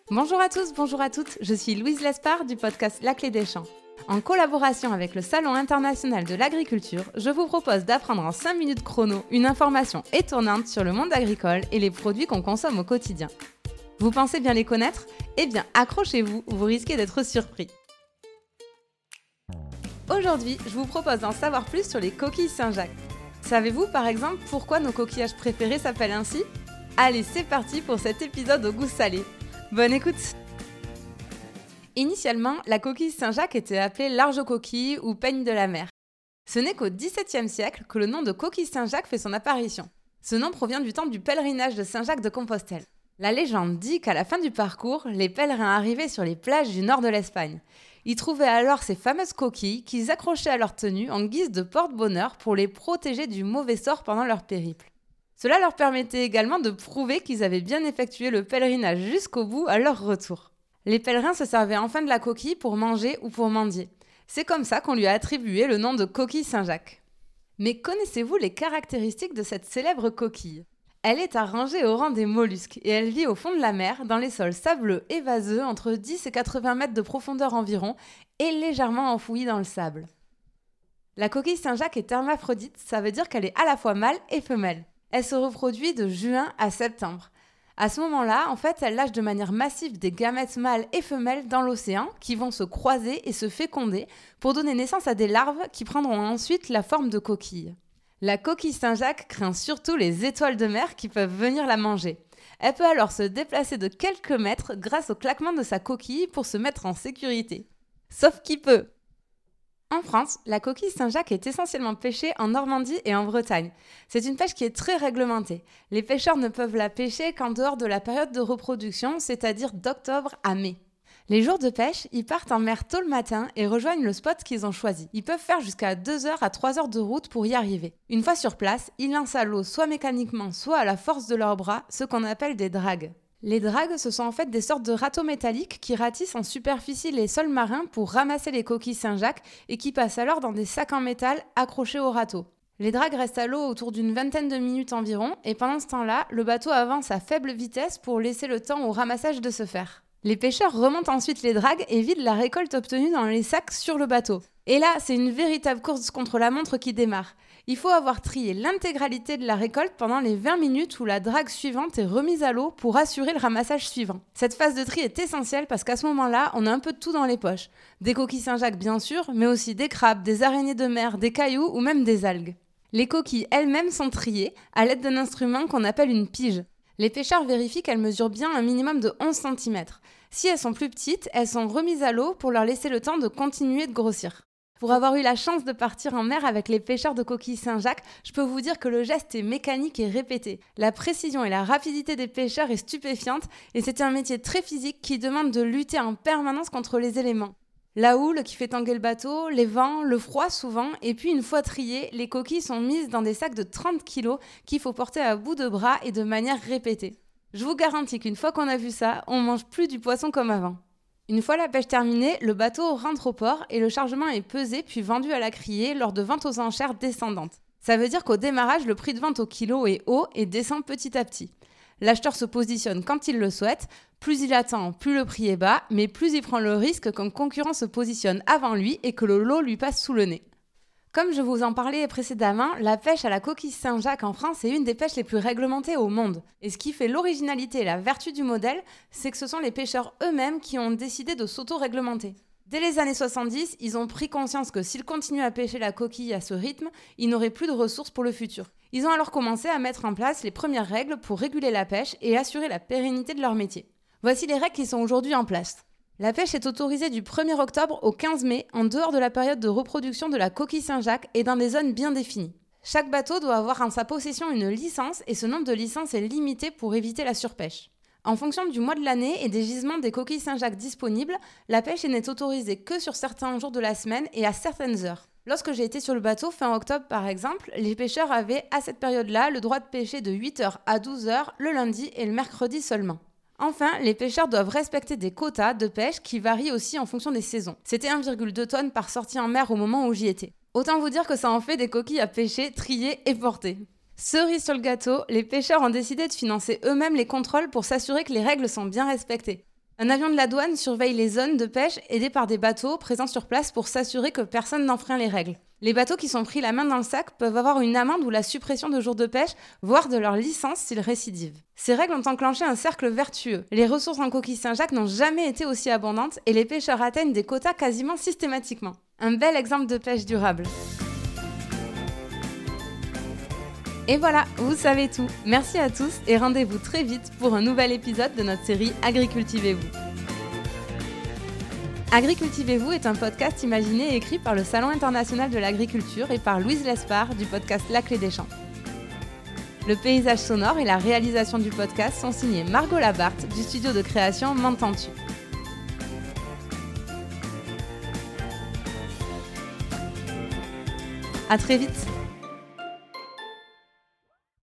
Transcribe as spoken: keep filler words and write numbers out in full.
Bonjour à tous, bonjour à toutes, je suis Louise Lespard du podcast La Clé des Champs. En collaboration avec le Salon international de l'agriculture, je vous propose d'apprendre en cinq minutes chrono une information étonnante sur le monde agricole et les produits qu'on consomme au quotidien. Vous pensez bien les connaître ? Eh bien, accrochez-vous, vous risquez d'être surpris. Aujourd'hui, je vous propose d'en savoir plus sur les coquilles Saint-Jacques. Savez-vous par exemple pourquoi nos coquillages préférés s'appellent ainsi ? Allez, c'est parti pour cet épisode au goût salé. Bonne écoute! Initialement, la coquille Saint-Jacques était appelée large coquille ou peigne de la mer. Ce n'est qu'au dix-septième siècle que le nom de coquille Saint-Jacques fait son apparition. Ce nom provient du temps du pèlerinage de Saint-Jacques de Compostelle. La légende dit qu'à la fin du parcours, les pèlerins arrivaient sur les plages du nord de l'Espagne. Ils trouvaient alors ces fameuses coquilles qu'ils accrochaient à leur tenue en guise de porte-bonheur pour les protéger du mauvais sort pendant leur périple. Cela leur permettait également de prouver qu'ils avaient bien effectué le pèlerinage jusqu'au bout à leur retour. Les pèlerins se servaient enfin de la coquille pour manger ou pour mendier. C'est comme ça qu'on lui a attribué le nom de coquille Saint-Jacques. Mais connaissez-vous les caractéristiques de cette célèbre coquille ? Elle est à ranger au rang des mollusques et elle vit au fond de la mer, dans les sols sableux et vaseux entre dix et quatre-vingts mètres de profondeur environ et légèrement enfouie dans le sable. La coquille Saint-Jacques est hermaphrodite, ça veut dire qu'elle est à la fois mâle et femelle. Elle se reproduit de juin à septembre. À ce moment-là, en fait, elle lâche de manière massive des gamètes mâles et femelles dans l'océan qui vont se croiser et se féconder pour donner naissance à des larves qui prendront ensuite la forme de coquilles. La coquille Saint-Jacques craint surtout les étoiles de mer qui peuvent venir la manger. Elle peut alors se déplacer de quelques mètres grâce au claquement de sa coquille pour se mettre en sécurité. Sauf qui peut! En France, la coquille Saint-Jacques est essentiellement pêchée en Normandie et en Bretagne. C'est une pêche qui est très réglementée. Les pêcheurs ne peuvent la pêcher qu'en dehors de la période de reproduction, c'est-à-dire d'octobre à mai. Les jours de pêche, ils partent en mer tôt le matin et rejoignent le spot qu'ils ont choisi. Ils peuvent faire jusqu'à deux heures à trois heures de route pour y arriver. Une fois sur place, ils lancent à l'eau soit mécaniquement, soit à la force de leurs bras, ce qu'on appelle des dragues. Les dragues, ce sont en fait des sortes de râteaux métalliques qui ratissent en superficie les sols marins pour ramasser les coquilles Saint-Jacques et qui passent alors dans des sacs en métal accrochés au râteau. Les dragues restent à l'eau autour d'une vingtaine de minutes environ et pendant ce temps-là, le bateau avance à faible vitesse pour laisser le temps au ramassage de se faire. Les pêcheurs remontent ensuite les dragues et vident la récolte obtenue dans les sacs sur le bateau. Et là, c'est une véritable course contre la montre qui démarre. Il faut avoir trié l'intégralité de la récolte pendant les vingt minutes où la drague suivante est remise à l'eau pour assurer le ramassage suivant. Cette phase de tri est essentielle parce qu'à ce moment-là, on a un peu de tout dans les poches. Des coquilles Saint-Jacques bien sûr, mais aussi des crabes, des araignées de mer, des cailloux ou même des algues. Les coquilles elles-mêmes sont triées à l'aide d'un instrument qu'on appelle une pige. Les pêcheurs vérifient qu'elles mesurent bien un minimum de onze centimètres. Si elles sont plus petites, elles sont remises à l'eau pour leur laisser le temps de continuer de grossir. Pour avoir eu la chance de partir en mer avec les pêcheurs de coquilles Saint-Jacques, je peux vous dire que le geste est mécanique et répété. La précision et la rapidité des pêcheurs est stupéfiante et c'est un métier très physique qui demande de lutter en permanence contre les éléments. La houle qui fait tanguer le bateau, les vents, le froid souvent, et puis une fois triées, les coquilles sont mises dans des sacs de trente kilos qu'il faut porter à bout de bras et de manière répétée. Je vous garantis qu'une fois qu'on a vu ça, on mange plus du poisson comme avant. Une fois la pêche terminée, le bateau rentre au port et le chargement est pesé puis vendu à la criée lors de ventes aux enchères descendantes. Ça veut dire qu'au démarrage, le prix de vente au kilo est haut et descend petit à petit. L'acheteur se positionne quand il le souhaite, plus il attend, plus le prix est bas, mais plus il prend le risque qu'un concurrent se positionne avant lui et que le lot lui passe sous le nez. Comme je vous en parlais précédemment, la pêche à la coquille Saint-Jacques en France est une des pêches les plus réglementées au monde. Et ce qui fait l'originalité et la vertu du modèle, c'est que ce sont les pêcheurs eux-mêmes qui ont décidé de s'auto-réglementer. Dès les années soixante-dix, ils ont pris conscience que s'ils continuaient à pêcher la coquille à ce rythme, ils n'auraient plus de ressources pour le futur. Ils ont alors commencé à mettre en place les premières règles pour réguler la pêche et assurer la pérennité de leur métier. Voici les règles qui sont aujourd'hui en place. La pêche est autorisée du premier octobre au quinze mai, en dehors de la période de reproduction de la coquille Saint-Jacques et dans des zones bien définies. Chaque bateau doit avoir en sa possession une licence et ce nombre de licences est limité pour éviter la surpêche. En fonction du mois de l'année et des gisements des coquilles Saint-Jacques disponibles, la pêche n'est autorisée que sur certains jours de la semaine et à certaines heures. Lorsque j'ai été sur le bateau fin octobre par exemple, les pêcheurs avaient à cette période-là le droit de pêcher de huit heures à douze heures le lundi et le mercredi seulement. Enfin, les pêcheurs doivent respecter des quotas de pêche qui varient aussi en fonction des saisons. C'était un virgule deux tonnes par sortie en mer au moment où j'y étais. Autant vous dire que ça en fait des coquilles à pêcher, trier et porter. Cerise sur le gâteau, les pêcheurs ont décidé de financer eux-mêmes les contrôles pour s'assurer que les règles sont bien respectées. Un avion de la douane surveille les zones de pêche aidé par des bateaux présents sur place pour s'assurer que personne n'enfreint les règles. Les bateaux qui sont pris la main dans le sac peuvent avoir une amende ou la suppression de jours de pêche, voire de leur licence s'ils récidivent. Ces règles ont enclenché un cercle vertueux. Les ressources en coquilles Saint-Jacques n'ont jamais été aussi abondantes et les pêcheurs atteignent des quotas quasiment systématiquement. Un bel exemple de pêche durable. Et voilà, vous savez tout. Merci à tous et rendez-vous très vite pour un nouvel épisode de notre série Agricultivez-vous. Agricultivez-vous est un podcast imaginé et écrit par le Salon international de l'agriculture et par Louise Lespard du podcast La Clé des Champs. Le paysage sonore et la réalisation du podcast sont signés Margot Labarthe du studio de création M'entends-tu. À très vite.